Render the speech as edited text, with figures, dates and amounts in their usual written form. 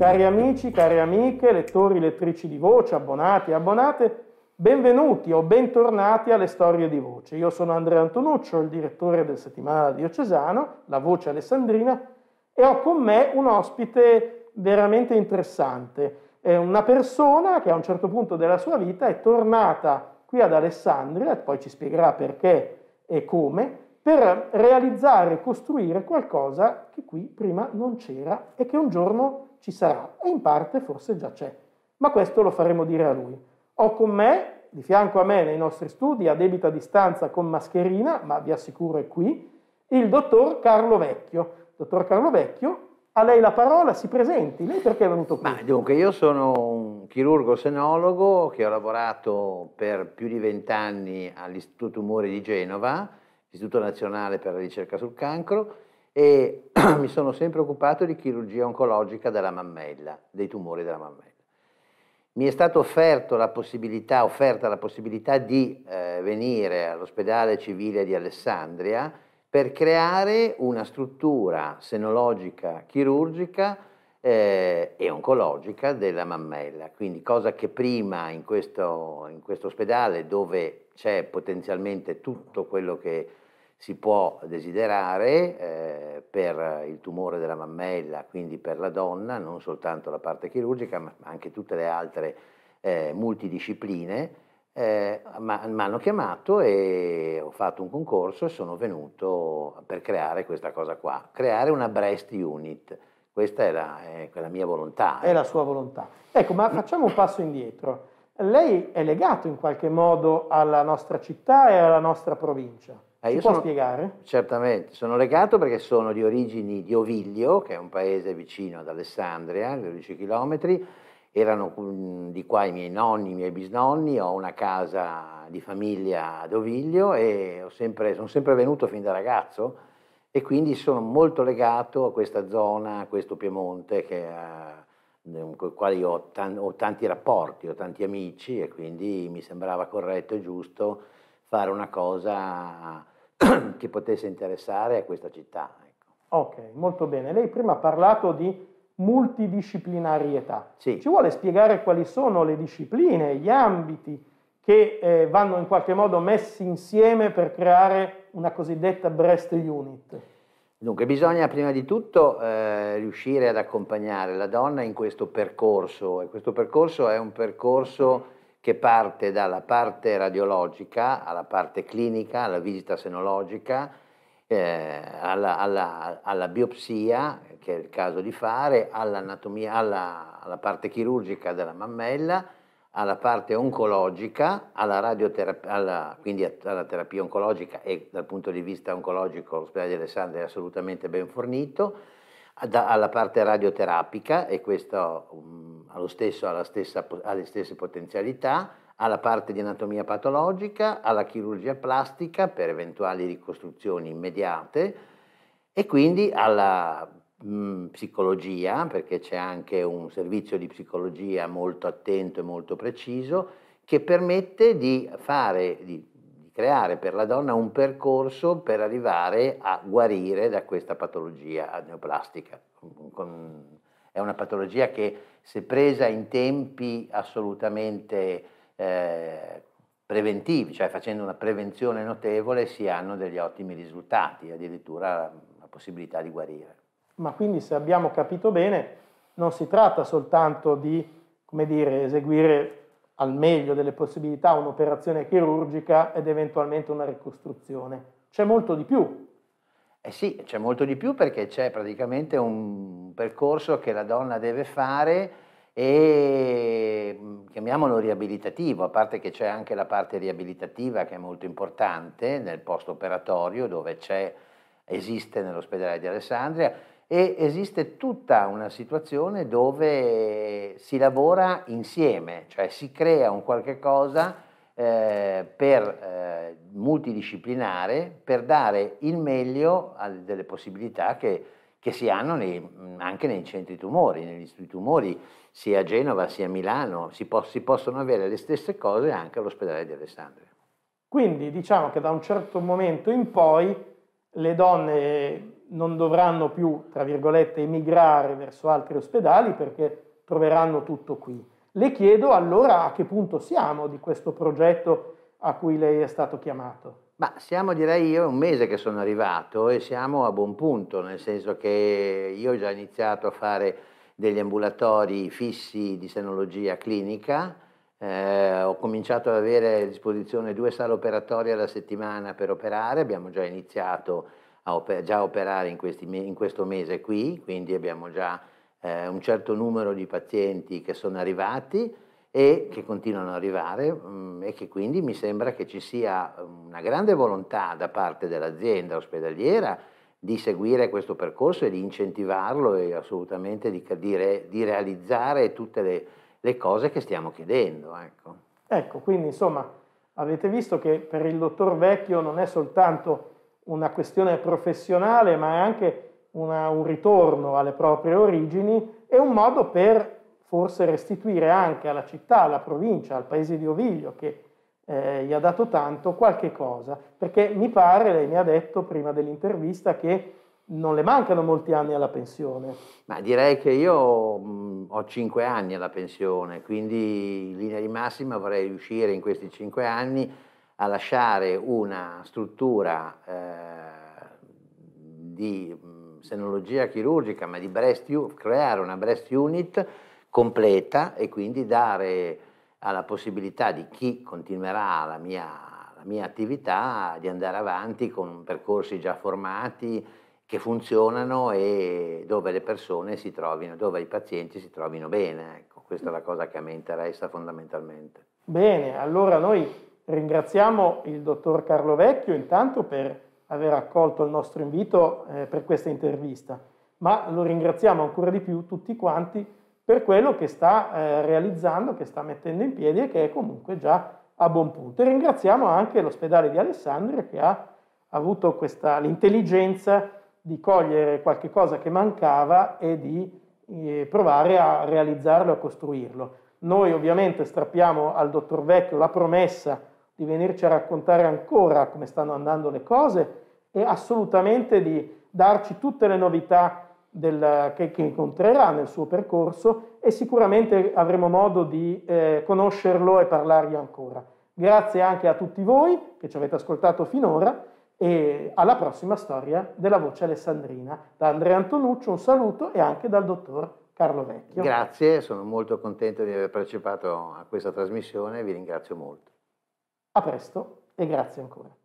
Cari amici, cari amiche, lettori, lettrici di Voce, abbonati e abbonate, benvenuti o bentornati alle Storie di Voce. Io sono Andrea Antonuccio, il direttore del settimanale diocesano, La Voce Alessandrina, e ho con me un ospite veramente interessante. È una persona che a un certo punto della sua vita è tornata qui ad Alessandria, e poi ci spiegherà perché e come, per realizzare e costruire qualcosa che qui prima non c'era e che un giorno ci sarà, e in parte forse già c'è, ma questo lo faremo dire a lui. Ho con me, di fianco a me nei nostri studi, a debita distanza con mascherina, ma vi assicuro è qui, il dottor Carlo Vecchio. Dottor Carlo Vecchio, a lei la parola, si presenti. Lei perché è venuto qui? Dunque, io sono un chirurgo senologo che ho lavorato per più di 20 anni all'Istituto Tumori di Genova, Istituto Nazionale per la Ricerca sul Cancro, e mi sono sempre occupato di chirurgia oncologica della mammella, dei tumori della mammella. Mi è stata offerta la possibilità di venire all'ospedale civile di Alessandria per creare una struttura senologica chirurgica e oncologica della mammella, quindi cosa che prima in questo ospedale, dove c'è potenzialmente tutto quello che si può desiderare per il tumore della mammella, quindi per la donna, non soltanto la parte chirurgica, ma anche tutte le altre multidiscipline. Mi hanno chiamato e ho fatto un concorso e sono venuto per creare questa cosa qua, creare una breast unit. Questa è la mia volontà. È la sua volontà. Ecco, ma facciamo un passo indietro. Lei è legato in qualche modo alla nostra città e alla nostra provincia. Ci può spiegare? Certamente, sono legato perché sono di origini di Oviglio, che è un paese vicino ad Alessandria, 12 chilometri. Erano di qua i miei nonni, i miei bisnonni, ho una casa di famiglia ad Oviglio e sono sempre venuto fin da ragazzo e quindi sono molto legato a questa zona, a questo Piemonte con il quale ho tanti rapporti, ho tanti amici e quindi mi sembrava corretto e giusto fare una cosa che potesse interessare a questa città. Ecco. Ok, molto bene. Lei prima ha parlato di multidisciplinarietà. Sì. Ci vuole spiegare quali sono le discipline, gli ambiti che vanno in qualche modo messi insieme per creare una cosiddetta breast unit? Dunque, bisogna prima di tutto riuscire ad accompagnare la donna in questo percorso, e questo percorso è un percorso che parte dalla parte radiologica alla parte clinica, alla visita senologica, alla biopsia, che è il caso di fare, all'anatomia, alla parte chirurgica della mammella, alla parte oncologica, alla radioterapia, quindi alla terapia oncologica, e dal punto di vista oncologico l'ospedale di Alessandria è assolutamente ben fornito, alla parte radioterapica, e questo ha le stesse potenzialità, alla parte di anatomia patologica, alla chirurgia plastica per eventuali ricostruzioni immediate e quindi alla psicologia, perché c'è anche un servizio di psicologia molto attento e molto preciso che permette di creare per la donna un percorso per arrivare a guarire da questa patologia neoplastica. È una patologia che, se presa in tempi assolutamente preventivi, cioè facendo una prevenzione notevole, si hanno degli ottimi risultati, addirittura la possibilità di guarire. Ma quindi, se abbiamo capito bene, non si tratta soltanto di, come dire, eseguire al meglio delle possibilità un'operazione chirurgica ed eventualmente una ricostruzione. C'è molto di più. Sì, c'è molto di più, perché c'è praticamente un percorso che la donna deve fare e chiamiamolo riabilitativo, a parte che c'è anche la parte riabilitativa che è molto importante nel post-operatorio, dove esiste nell'ospedale di Alessandria, e esiste tutta una situazione dove si lavora insieme, cioè si crea un qualche cosa multidisciplinare per dare il meglio delle possibilità che si hanno anche nei centri tumori, negli istituti tumori, sia a Genova sia a Milano, si possono avere le stesse cose anche all'ospedale di Alessandria. Quindi diciamo che da un certo momento in poi le donne non dovranno più, tra virgolette, emigrare verso altri ospedali perché troveranno tutto qui. Le chiedo allora a che punto siamo di questo progetto a cui lei è stato chiamato. Ma siamo, direi io, un mese che sono arrivato e siamo a buon punto, nel senso che io ho già iniziato a fare degli ambulatori fissi di senologia clinica, ho cominciato ad avere a disposizione 2 sale operatorie alla settimana per operare, abbiamo già iniziato a operare in questo mese qui, quindi abbiamo già un certo numero di pazienti che sono arrivati e che continuano ad arrivare e che quindi mi sembra che ci sia una grande volontà da parte dell'azienda ospedaliera di seguire questo percorso e di incentivarlo e assolutamente di realizzare tutte le cose che stiamo chiedendo. Ecco, quindi insomma avete visto che per il dottor Vecchio non è soltanto una questione professionale, ma è anche un ritorno alle proprie origini e un modo per forse restituire anche alla città, alla provincia, al paese di Oviglio, che gli ha dato tanto, qualche cosa. Perché mi pare, lei mi ha detto prima dell'intervista, che non le mancano molti anni alla pensione. Ma direi che io ho 5 anni alla pensione, quindi in linea di massima vorrei riuscire in questi 5 anni a lasciare una struttura di senologia chirurgica, ma di creare una breast unit completa e quindi dare alla possibilità di chi continuerà la mia attività di andare avanti con percorsi già formati che funzionano e dove le persone si trovino, dove i pazienti si trovino bene. Ecco, questa è la cosa che a me interessa fondamentalmente. Bene, allora noi ringraziamo il dottor Carlo Vecchio intanto per aver accolto il nostro invito per questa intervista, ma lo ringraziamo ancora di più tutti quanti per quello che sta realizzando, che sta mettendo in piedi e che è comunque già a buon punto. E ringraziamo anche l'ospedale di Alessandria che ha avuto l'intelligenza di cogliere qualche cosa che mancava e di provare a realizzarlo e a costruirlo. Noi ovviamente strappiamo al dottor Vecchio la promessa di venirci a raccontare ancora come stanno andando le cose e assolutamente di darci tutte le novità che incontrerà nel suo percorso e sicuramente avremo modo di conoscerlo e parlargli ancora. Grazie anche a tutti voi che ci avete ascoltato finora e alla prossima storia della voce alessandrina. Da Andrea Antonuccio un saluto e anche dal dottor Carlo Vecchio. Grazie, sono molto contento di aver partecipato a questa trasmissione e vi ringrazio molto. A presto e grazie ancora.